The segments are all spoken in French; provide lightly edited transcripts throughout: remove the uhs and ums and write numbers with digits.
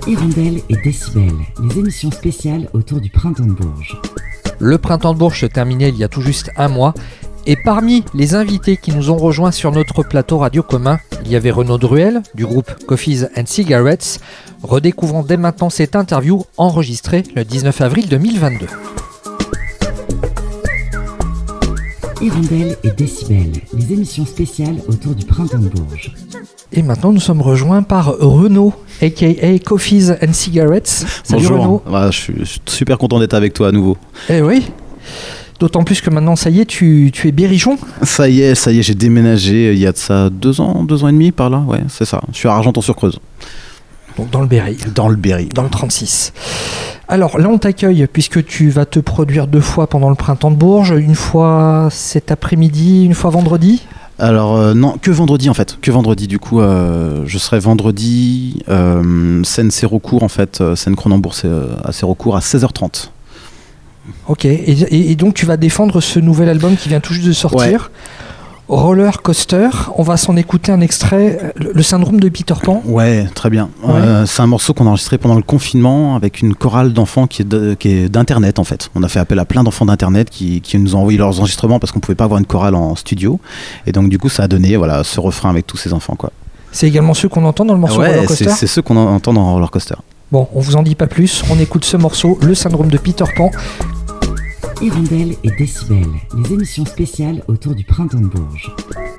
Hirondelle et Décibel, les émissions spéciales autour du Printemps de Bourges. Le Printemps de Bourges se terminait il y a tout juste un mois. Et parmi les invités qui nous ont rejoints sur notre plateau radio commun, il y avait Renaud Druel du groupe Coffees and Cigarettes, redécouvrant dès maintenant cette interview enregistrée le 19 avril 2022. Hirondelle et Décibel, les émissions spéciales autour du Printemps de Bourges. Et maintenant, nous sommes rejoints par Renaud, a.k.a. Coffees and Cigarettes. Salut. Bonjour. Renaud. Ouais, je suis super content d'être avec toi à nouveau. Eh oui, d'autant plus que maintenant, ça y est, tu es berrichon. Ça y est, j'ai déménagé il y a de ça 2 ans et demi par là, ouais, c'est ça. Je suis à Argenton-sur-Creuse. Donc dans le Berry. Dans le Berry. Dans le 36. Alors là, on t'accueille puisque tu vas te produire 2 fois pendant le Printemps de Bourges. Une fois cet après-midi, une fois vendredi. Alors non, que vendredi en fait. Que vendredi du coup, je serai vendredi, scène Sérocourt en fait, scène Cronenbourg à Sérocourt à 16h30. Ok, et donc tu vas défendre ce nouvel album qui vient tout juste de sortir. Ouais. Roller Coaster, on va s'en écouter un extrait, le syndrome de Peter Pan. Ouais, très bien. Ouais. C'est un morceau qu'on a enregistré pendant le confinement avec une chorale d'enfants qui est d'internet en fait. On a fait appel à plein d'enfants d'internet qui nous ont envoyé leurs enregistrements parce qu'on pouvait pas avoir une chorale en studio. Et donc du coup ça a donné ce refrain avec tous ces enfants quoi. C'est également ceux qu'on entend dans le morceau Roller Coaster. C'est ceux qu'on entend dans Roller Coaster. Bon, on vous en dit pas plus, on écoute ce morceau, le syndrome de Peter Pan. Hirondelle et Décibel, les émissions spéciales autour du Printemps de Bourges.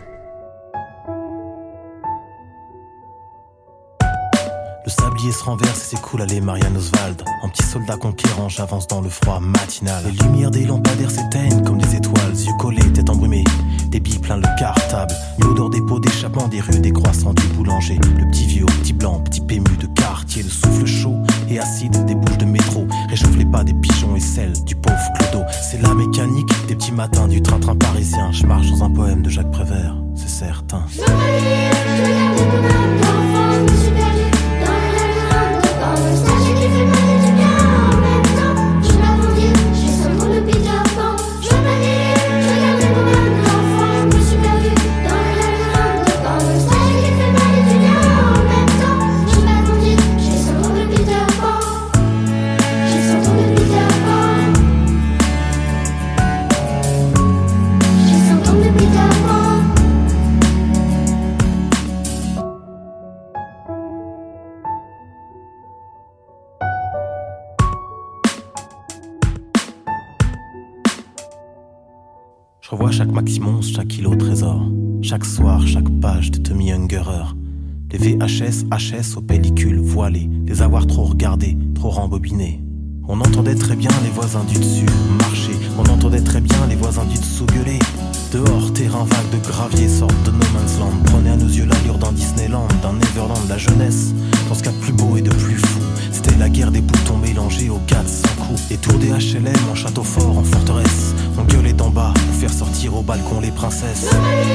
Le sablier se renverse et s'écoule à les Marianne Oswald. En petit soldat conquérant, j'avance dans le froid matinal. Les lumières des lampadaires s'éteignent comme des étoiles. Yeux collés, tête embrumée, des billes plein le cartable. L'odeur des pots d'échappement des rues, des croissants du boulanger. Le petit vieux, petit blanc, petit PMU de quartier. Le souffle chaud et acide des bouches de métro. Réchauffe les pas des pigeons et celles du pauvre Clodo. C'est la mécanique des petits matins du train-train parisien. Je marche dans un poème de Jacques Prévert, c'est certain. Je revois chaque maximum, chaque kilo trésor. Chaque soir, chaque page de Tommy Ungerer. Les VHS, HS aux pellicules voilées. Les avoir trop regardés, trop rembobinés. On entendait très bien les voisins du dessus marcher. On entendait très bien les voisins du dessous gueuler. Dehors, terrain vague de gravier sorte de No Man's Land. Prenait à nos yeux l'allure d'un Disneyland, d'un Neverland, la jeunesse. Dans ce qu'il y a de plus beau et de plus fou. C'était la guerre des boutons mélangés aux 400 coups. Les tours des HLM en château fort, en forteresse. On gueulait d'en bas pour faire sortir au balcon les princesses.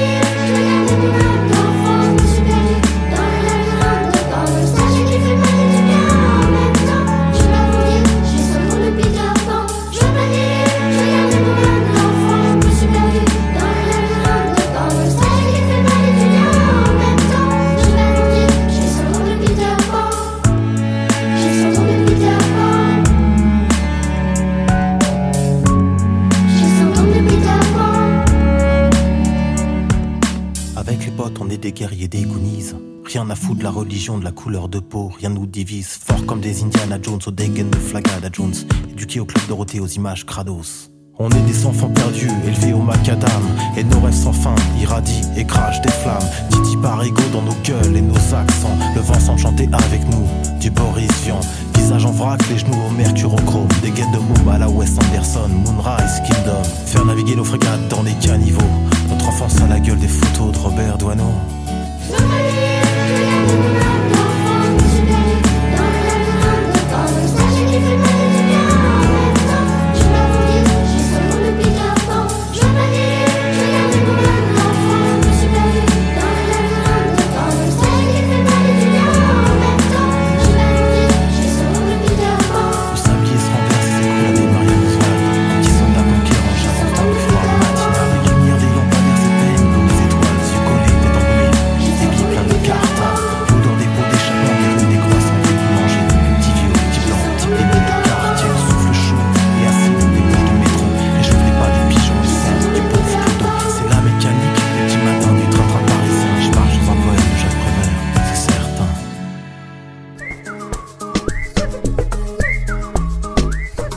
Des guerriers des Goonies. Rien à foutre de la religion, de la couleur de peau. Rien nous divise, fort comme des Indiana Jones au Degen de Flagada Jones. Éduqués au club Dorothée aux images Kratos. On est des enfants perdus, élevés au macadam. Et nos rêves sans fin irradient et crachent des flammes. Didi par ego dans nos gueules et nos accents. Le vent s'enchantait avec nous, du Boris Vian. Visage en vrac, les genoux au mercurochrome. Des guettes de môme à la Wes Anderson. Moonrise Kingdom. Faire naviguer nos frégates dans les caniveaux. Notre enfance à la gueule des photos de Robert Doisneau.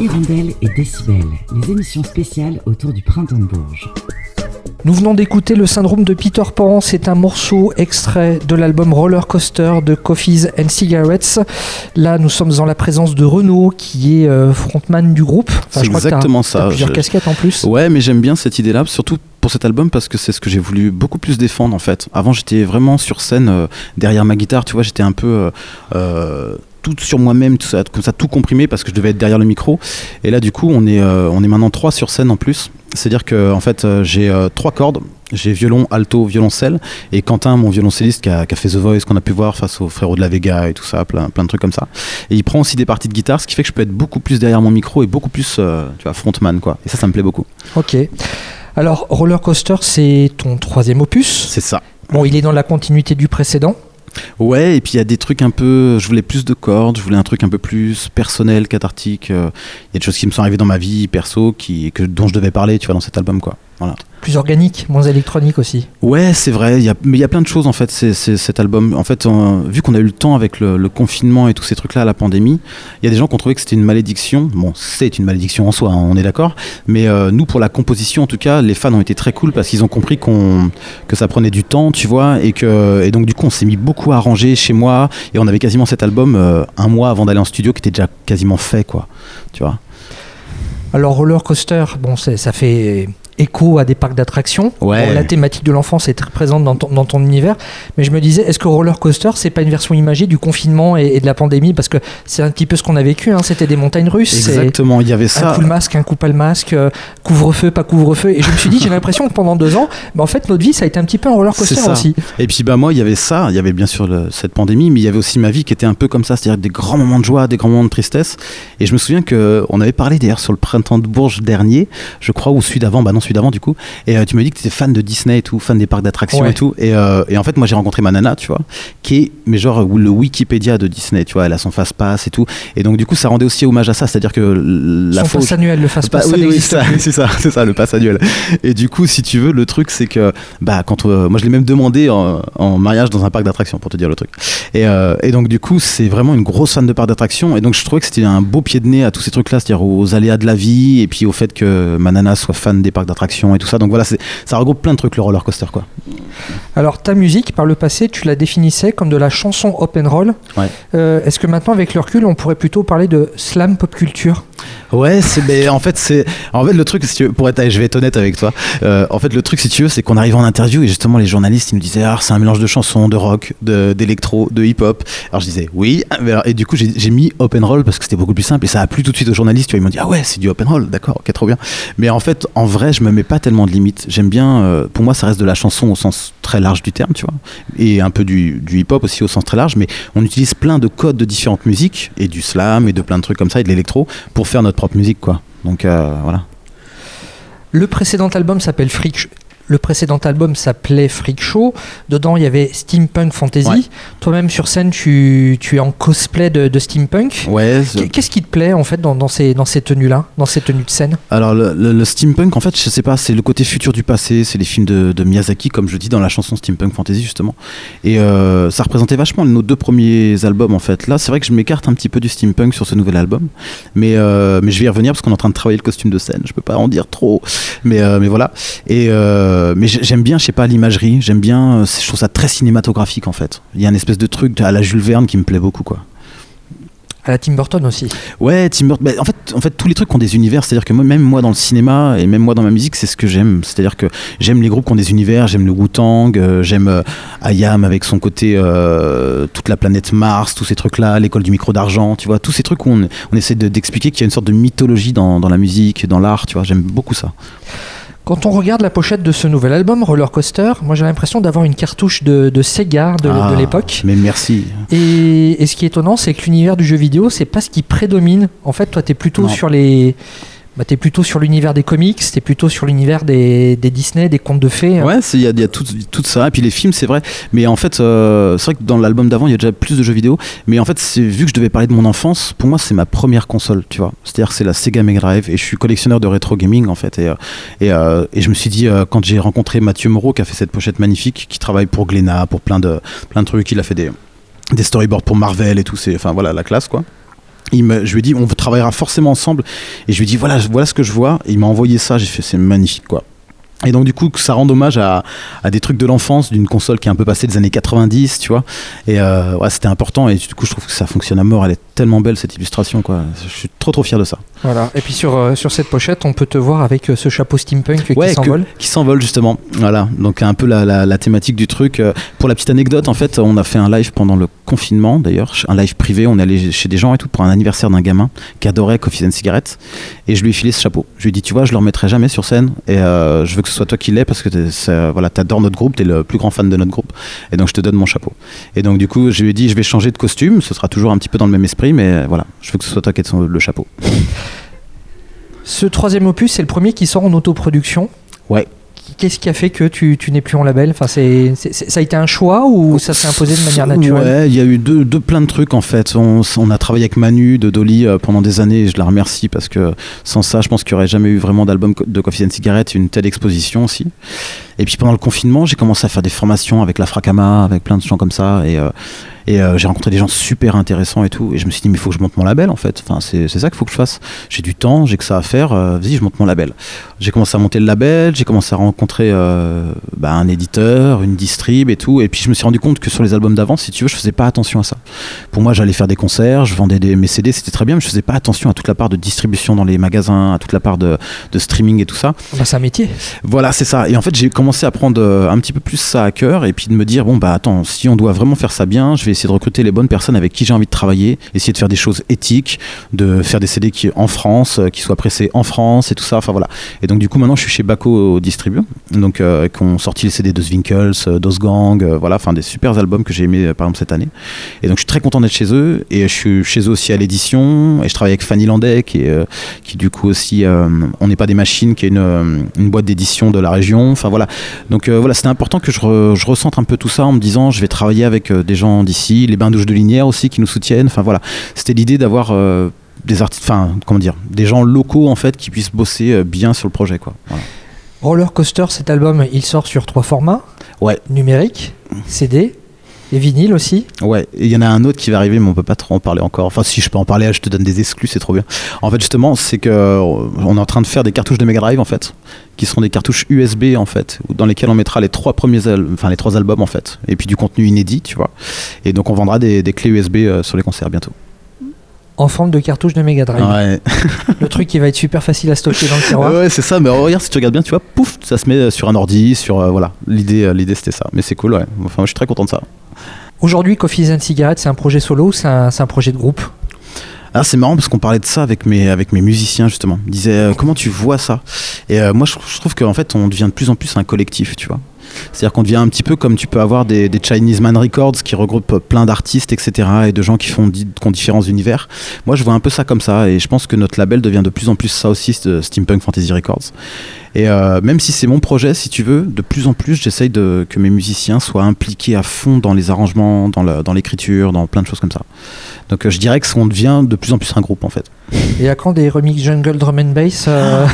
Hirondelle et Décibel, les émissions spéciales autour du printemps de Bourges. Nous venons d'écouter Le Syndrome de Peter Pan, c'est un morceau extrait de l'album Roller Coaster de Coffees and Cigarettes. Là, nous sommes en la présence de Renaud, qui est frontman du groupe. Enfin, c'est exactement ça. T'as plusieurs casquettes en plus. Ouais, mais j'aime bien cette idée-là, surtout pour cet album parce que c'est ce que j'ai voulu beaucoup plus défendre en fait. Avant, j'étais vraiment sur scène derrière ma guitare, tu vois, j'étais un peu tout sur moi-même, tout ça, comme ça, tout comprimé parce que je devais être derrière le micro. Et là, du coup, on est maintenant 3 sur scène en plus. C'est-à-dire que en fait, j'ai 3 cordes. J'ai violon, alto, violoncelle, et Quentin, mon violoncelliste, qui a fait The Voice, qu'on a pu voir face au frérot de la Vega et tout ça, plein de trucs comme ça. Et il prend aussi des parties de guitare, ce qui fait que je peux être beaucoup plus derrière mon micro et beaucoup plus, tu vois, frontman, quoi. Et ça me plaît beaucoup. Ok. Alors, Roller Coaster, c'est ton 3e opus. C'est ça. Bon, il est dans la continuité du précédent. Ouais, et puis il y a des trucs un peu... Je voulais plus de cordes, je voulais un truc un peu plus personnel, cathartique. Il y a des choses qui me sont arrivées dans ma vie perso dont je devais parler, tu vois, dans cet album, quoi. Voilà. Plus organique, moins électronique aussi. Ouais, c'est vrai, mais il y a plein de choses en fait, cet album. En fait, vu qu'on a eu le temps avec le confinement et tous ces trucs-là, la pandémie, il y a des gens qui ont trouvé que c'était une malédiction. Bon, c'est une malédiction en soi, hein, on est d'accord. Mais nous, pour la composition, en tout cas, les fans ont été très cool parce qu'ils ont compris que ça prenait du temps, tu vois, et donc du coup, on s'est mis beaucoup à arranger chez moi et on avait quasiment cet album un mois avant d'aller en studio qui était déjà quasiment fait, quoi, tu vois. Alors, Roller Coaster, bon, ça fait écho à des parcs d'attractions. Ouais. Bon, la thématique de l'enfance est très présente dans ton univers, mais je me disais, est-ce que Roller Coaster, c'est pas une version imagée du confinement et de la pandémie, parce que c'est un petit peu ce qu'on a vécu, hein, c'était des montagnes russes. Exactement, il y avait ça. Un coup le masque, un coup pas le masque, couvre-feu, pas couvre-feu, et je me suis dit, j'ai l'impression que pendant 2 ans, en fait, notre vie, ça a été un petit peu un roller coaster aussi. Et puis moi, il y avait ça, il y avait bien sûr cette pandémie, mais il y avait aussi ma vie qui était un peu comme ça, c'est-à-dire des grands moments de joie, des grands moments de tristesse. Et je me souviens qu'on avait parlé d'ailleurs sur le printemps de Bourges dernier, je crois, ou celui d'avant du coup. Et tu m'as dit que tu étais fan de Disney et tout, fan des parcs d'attractions et tout. Et en fait, moi, j'ai rencontré ma nana, tu vois, qui est, mais genre, le Wikipédia de Disney, tu vois, elle a son fast-pass et tout. Et donc, du coup, ça rendait aussi hommage à ça, c'est-à-dire que son pass annuel, le fast-pass, oui, c'est ça, le pass annuel. Et du coup, si tu veux, le truc, c'est que, quand moi, je l'ai même demandé en mariage dans un parc d'attractions, pour te dire le truc. Et donc, du coup, c'est vraiment une grosse fan de parcs d'attractions. Et donc, je trouvais que c'était un beau pied de nez à tous ces trucs-là, c'est-à-dire aux aléas de la vie et puis au fait que ma nana soit fan des parcs d'attractions et tout ça. Donc voilà, ça regroupe plein de trucs, le roller coaster, quoi. Alors ta musique, par le passé, tu la définissais comme de la chanson open roll. Ouais. Est-ce que maintenant, avec le recul, on pourrait plutôt parler de slam pop culture ? Ouais, en fait le truc, si tu veux, je vais être honnête avec toi. En fait, le truc, si tu veux, c'est qu'on arrive en interview et justement les journalistes ils nous disaient c'est un mélange de chansons, de rock, d'électro, de hip-hop. Alors je disais oui, et du coup j'ai mis open roll parce que c'était beaucoup plus simple et ça a plu tout de suite aux journalistes. Tu vois, ils m'ont dit ouais, c'est du open roll, d'accord, ok, trop bien. Mais en fait, en vrai, je me mets pas tellement de limites. J'aime bien, pour moi, ça reste de la chanson au sens très large du terme, tu vois, et un peu du hip-hop aussi au sens très large. Mais on utilise plein de codes de différentes musiques et du slam et de plein de trucs comme ça et de l'électro pour faire notre propre musique, quoi. Donc voilà. Le précédent album s'appelait Freak Show. Dedans, il y avait Steampunk Fantasy. Ouais. Toi-même, sur scène, tu es en cosplay de steampunk. Ouais. Qu'est-ce qui te plaît, en fait, dans ces tenues-là, dans ces tenues de scène ? Alors, le steampunk, en fait, je sais pas, c'est le côté futur du passé. C'est les films de Miyazaki, comme je dis dans la chanson Steampunk Fantasy, justement. Et ça représentait vachement nos 2 premiers albums, en fait. Là, c'est vrai que je m'écarte un petit peu du steampunk sur ce nouvel album. Mais je vais y revenir parce qu'on est en train de travailler le costume de scène. Je peux pas en dire trop. Mais voilà. Mais j'aime bien, je sais pas, l'imagerie, j'aime bien, je trouve ça très cinématographique en fait. Il y a une espèce de truc à la Jules Verne qui me plaît beaucoup, quoi. À la Tim Burton aussi. Ouais, Tim Burton. En fait, tous les trucs ont des univers. C'est-à-dire que même moi dans le cinéma et même moi dans ma musique, c'est ce que j'aime. C'est-à-dire que j'aime les groupes qui ont des univers. J'aime le Wu-Tang, j'aime I.Am avec son côté toute la planète Mars, tous ces trucs-là, l'école du micro d'argent. Tu vois, tous ces trucs où on essaie d'expliquer qu'il y a une sorte de mythologie dans la musique, dans l'art. Tu vois, j'aime beaucoup ça. Quand on regarde la pochette de ce nouvel album, Roller Coaster, moi j'ai l'impression d'avoir une cartouche de Sega de l'époque. Mais merci. Et ce qui est étonnant, c'est que l'univers du jeu vidéo, c'est pas ce qui prédomine. En fait, toi, t'es plutôt t'es plutôt sur l'univers des comics, t'es plutôt sur l'univers des Disney, des contes de fées. Ouais, il y a tout ça. Et puis les films, c'est vrai. Mais en fait, c'est vrai que dans l'album d'avant, il y a déjà plus de jeux vidéo. Mais en fait, vu que je devais parler de mon enfance, pour moi, c'est ma première console, tu vois. C'est-à-dire que c'est la Sega Mega Drive. Et je suis collectionneur de rétro gaming, en fait. Et je me suis dit, quand j'ai rencontré Mathieu Moreau, qui a fait cette pochette magnifique, qui travaille pour Glénat, pour plein de trucs, il a fait des storyboards pour Marvel et tout. Enfin voilà, la classe, quoi. Je lui ai dit, on travaillera forcément ensemble. Et je lui ai dit, voilà ce que je vois. Et il m'a envoyé ça. J'ai fait, c'est magnifique, quoi. Et donc du coup, ça rend hommage à des trucs de l'enfance, d'une console qui est un peu passée des années 90, tu vois. Et ouais, c'était important. Et du coup, je trouve que ça fonctionne à mort. Elle est tellement belle, cette illustration, quoi. Je suis trop fier de ça. Voilà. Et puis sur cette pochette, on peut te voir avec ce chapeau steampunk ouais, qui s'envole. Qui s'envole, justement. Voilà. Donc un peu la thématique du truc. Pour la petite anecdote, en fait, on a fait un live pendant le confinement, d'ailleurs. Un live privé. On est allé chez des gens et tout pour un anniversaire d'un gamin qui adorait Coffees and Cigarettes. Et je lui ai filé ce chapeau. Je lui ai dit, tu vois, je le remettrai jamais sur scène. Et je veux que ce soit toi qui l'aies parce que voilà, t'adores notre groupe, t'es le plus grand fan de notre groupe. Et donc je te donne mon chapeau. Et donc du coup, je lui ai dit, je vais changer de costume. Ce sera toujours un petit peu dans le même esprit, mais voilà, je veux que ce soit toi qui aies le chapeau. Ce 3e opus, c'est le premier qui sort en autoproduction. Ouais. Qu'est-ce qui a fait que tu n'es plus en label? Enfin, ça a été un choix ou ça s'est imposé de manière naturelle? Ouais, il y a eu plein de trucs en fait. On a travaillé avec Manu de Dolly pendant des années et je la remercie parce que sans ça, je pense qu'il n'y aurait jamais eu vraiment d'album de Coffees and Cigarettes, une telle exposition aussi. Et puis pendant le confinement, j'ai commencé à faire des formations avec la Fracama, avec plein de gens comme ça et j'ai rencontré des gens super intéressants et tout. Et je me suis dit, mais il faut que je monte mon label en fait. Enfin, c'est ça qu'il faut que je fasse. J'ai du temps, j'ai que ça à faire. Vas-y, je monte mon label. J'ai commencé à monter le label, j'ai commencé à rencontrer un éditeur, une distrib et tout. Et puis je me suis rendu compte que sur les albums d'avant, si tu veux, je faisais pas attention à ça. Pour moi, j'allais faire des concerts, je vendais mes CD, c'était très bien, mais je faisais pas attention à toute la part de distribution dans les magasins, à toute la part de streaming et tout ça. Bah, c'est un métier. Voilà, c'est ça. Et en fait, j'ai commencé à prendre un petit peu plus ça à cœur et puis de me dire, bon, bah attends, si on doit vraiment faire ça bien, je vais essayer de recruter les bonnes personnes avec qui j'ai envie de travailler, essayer de faire des choses éthiques, de faire des CD qui en France, qui soient pressés en France et tout ça. Enfin voilà. Et donc du coup maintenant je suis chez Baco Distribu, donc qui ont sorti les CD de Zwinkels, d'Osgang, voilà, enfin des super albums que j'ai aimés par exemple cette année. Et donc je suis très content d'être chez eux et je suis chez eux aussi à l'édition et je travaille avec Fanny Landais qui du coup aussi On n'est pas des machines, qui est une boîte d'édition de la région. Enfin voilà. Donc voilà, c'était important que je recentre un peu tout ça en me disant je vais travailler avec des gens d'ici, les Bains-Douches de Linière aussi qui nous soutiennent. Enfin voilà, c'était l'idée d'avoir des artistes, enfin comment dire, des gens locaux en fait qui puissent bosser bien sur le projet, quoi. Voilà. Roller Coaster, cet album, il sort sur 3 formats. Ouais. Numérique, CD et vinyle aussi. Ouais, et il y en a un autre qui va arriver, mais on peut pas trop en parler encore. Enfin, si je peux en parler, je te donne des exclus, c'est trop bien. En fait, justement, c'est que on est en train de faire des cartouches de Mega Drive en fait, qui seront des cartouches USB en fait, dans lesquelles on mettra les 3 albums en fait, et puis du contenu inédit, tu vois. Et donc on vendra des clés USB sur les concerts bientôt. En forme de cartouche de Mega Drive. Ouais. Le truc qui va être super facile à stocker dans le tiroir. Ouais, c'est ça. Mais regarde, si tu regardes bien, tu vois, pouf, ça se met sur un ordi, sur voilà. L'idée c'était ça. Mais c'est cool, ouais. Enfin, moi, je suis très content de ça. Aujourd'hui, Coffees and Cigarettes, c'est un projet solo ou c'est un projet de groupe? Alors c'est marrant parce qu'on parlait de ça avec mes musiciens justement. Ils disaient comment tu vois ça? Et moi je trouve qu'en fait on devient de plus en plus un collectif, tu vois. C'est-à-dire qu'on devient un petit peu comme tu peux avoir des Chinese Man Records qui regroupent plein d'artistes, etc. et de gens qui ont différents univers. Moi je vois un peu ça comme ça et je pense que notre label devient de plus en plus ça aussi, Steampunk Fantasy Records. Et même si c'est mon projet, si tu veux, de plus en plus j'essaye que mes musiciens soient impliqués à fond dans les arrangements, dans l'écriture, dans plein de choses comme ça. Donc je dirais qu'on devient de plus en plus un groupe en fait. Et à quand des remix jungle drum and bass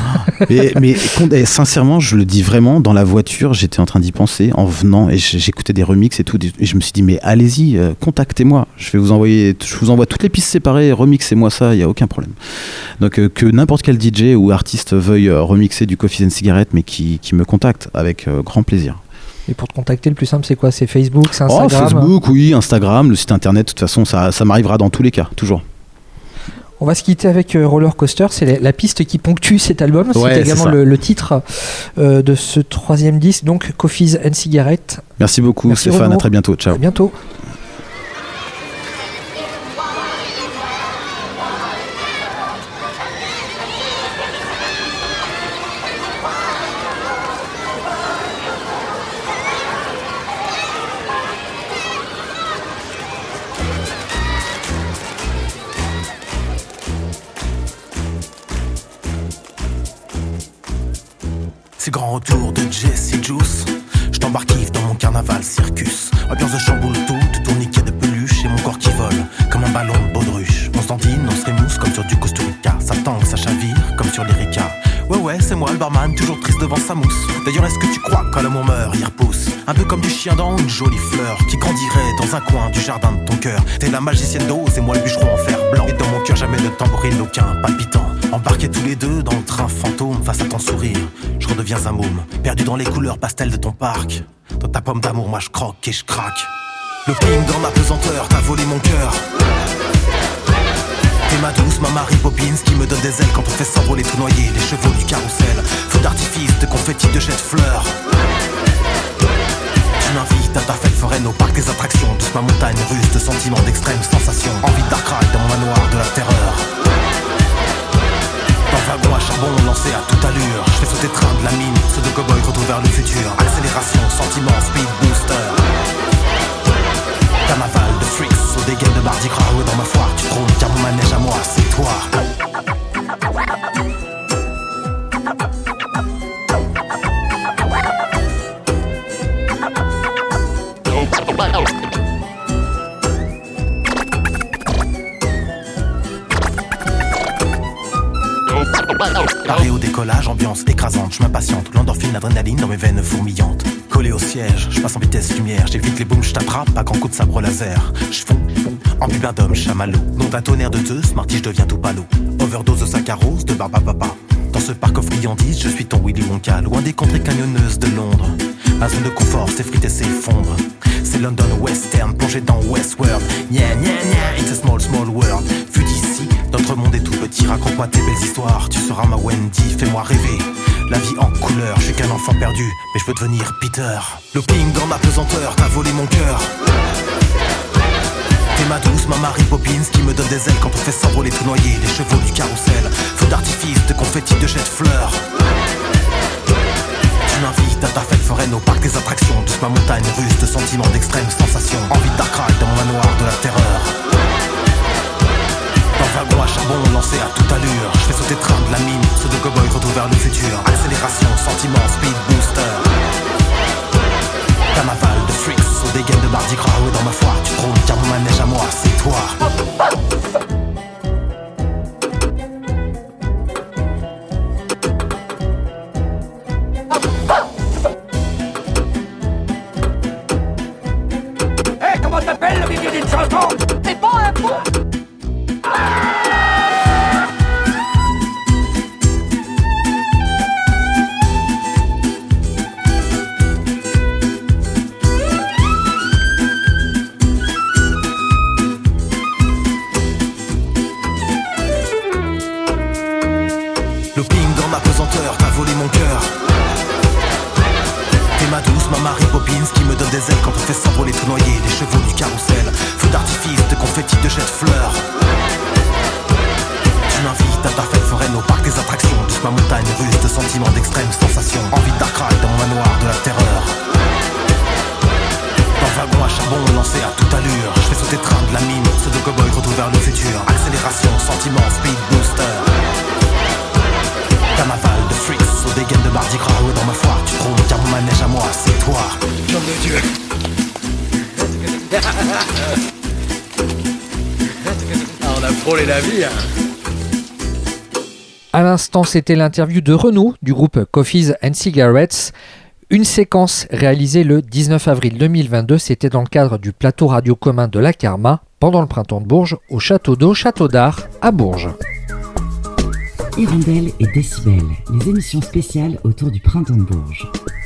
mais sincèrement, je le dis vraiment, dans la voiture, j'étais en train d'y penser en venant et j'écoutais des remixes et tout, et je me suis dit mais allez-y, contactez-moi, je vous envoie toutes les pistes séparées, remixez-moi ça, il n'y a aucun problème. Donc que n'importe quel DJ ou artiste veuille remixer du Coffees and Cigarettes, mais qui me contacte avec grand plaisir. Et pour te contacter, le plus simple, c'est quoi? C'est Facebook, c'est Instagram? Facebook, oui, Instagram, le site internet, de toute façon, ça m'arrivera dans tous les cas, toujours. On va se quitter avec Roller Coaster, c'est la piste qui ponctue cet album, ouais, c'est également le titre de ce 3e disque, donc Coffees and Cigarettes. Merci beaucoup. Merci Stéphane, Renaud. À très bientôt, ciao. À bientôt. C'est grand retour de Jesse Juice. Je t'embarquive dans mon carnaval circus. Ambiance de chamboule tout tourniquet de peluche et mon corps qui vole comme un ballon de baudruche. On se dandine, on se rémousse comme sur du Costa Rica. Ça tangue, ça chavire comme sur l'Erika. Ouais, c'est moi le barman, toujours triste devant sa mousse. D'ailleurs, est-ce que tu crois quand l'amour meurt, il repousse? Un peu comme du chien dans une jolie fleur qui grandirait dans un coin du jardin de ton cœur. T'es la magicienne d'Oz et moi le bûcheron en fer blanc. Et dans mon cœur jamais de tambourine, aucun palpitant. Embarqués tous les deux dans le train fantôme face à ton sourire, je redeviens un môme, perdu dans les couleurs pastel de ton parc. Dans ta pomme d'amour, moi je croque et je craque. Le ping dans ma pesanteur, t'as volé mon cœur. T'es ma douce, ma Mary Poppins qui me donne des ailes quand on fait s'envoler tout noyer les chevaux du carrousel. Feu d'artifice, de confetti, de jets de fleurs. Tu m'invites à ta fête foraine au parc des attractions. Douce ma montagne russe de sentiments d'extrême sensation. Envie de dark ride dans mon manoir de la terreur. Dans le wagon à charbon lancé à toute allure, je fais sauter train de la mine, ceux de cow-boy retournent vers le futur. Accélération, sentiment, speed booster. Carnaval de freaks, au dégaine de Mardi Gras. Ouais, dans ma foire tu trônes, car mon manège à moi c'est toi. Paré au décollage, ambiance écrasante, je m'impatiente, l'endorphine, l'adrénaline dans mes veines fourmillantes. Collé au siège, je passe en vitesse lumière, j'évite les booms, je t'attrape à grands coups de sabre laser. Je fonds, en pubin d'homme, chamallow. Nom d'un tonnerre de Zeus, Marty, je deviens tout palo. Overdose de saccharose, de barbapapa. Dans ce parc aux friandises, je suis ton Willy Wonka, loin des contrées cagnonneuses de Londres. Ma zone de confort s'effrite et s'effondre. C'est London Western, plongé dans Westworld. Nya nya nya, it's a small small world. Vu d'ici, notre monde est tout petit. Raconte-moi tes belles histoires, tu seras ma Wendy. Fais-moi rêver, la vie en couleur. Je suis qu'un enfant perdu, mais je veux devenir Peter. Le ping dans ma pesanteur, t'as volé mon cœur. T'es ma douce, ma Mary Poppins qui me donne des ailes quand on fait s'envoler tout noyer les chevaux du carrousel. Feu d'artifice, de confetti, de jets de fleurs. Tu m'invites à ta fête foraine au parc des attractions. Douce ma montagne russe de sentiments d'extrême sensation. Envie de dark ride dans mon manoir de la terreur. Dans le wagon à charbon lancé à toute allure, je fais sauter train de la mine, ceux de cow-boy retournent vers le futur. Accélération, sentiment, speed booster. Carnaval de freaks, au dégaine de Mardi Gras. Ouais, dans ma foire tu trônes, car mon manège à moi c'est toi. Comment t'appelles le milieu d'une chanson? C'est pas un fou. Le ping dans ma pesanteur, t'as volé mon cœur. T'es ma douce, ma Mary Poppins qui me donne des ailes quand on fait s'envoler tout noyer les chevaux du carrousel. Feu d'artifice, de confetti, de jets de fleurs. Tu m'invites à ta fête foraine au parc des attractions. Douce ma montagne russe de sentiments d'extrême sensation. Envie de dark ride dans mon manoir de la terreur. Dans le wagon à charbon lancé à toute allure, je fais sauter train de la mine, ceux de cow-boy retournent vers le futur. Accélération, sentiment, speed booster. Carnaval de freaks, au dégaine de Mardi Gras. Ouais, dans ma foire tu trônes, car mon manège à moi c'est toi. Nom de Dieu. On a frôlé la vie, hein. À l'instant, c'était l'interview de Renaud du groupe Coffees and Cigarettes. Une séquence réalisée le 19 avril 2022, c'était dans le cadre du plateau radio commun de la Karma, pendant le printemps de Bourges, au Château d'Eau, Château d'Art, à Bourges. Hirondelle et Décibel, les émissions spéciales autour du printemps de Bourges.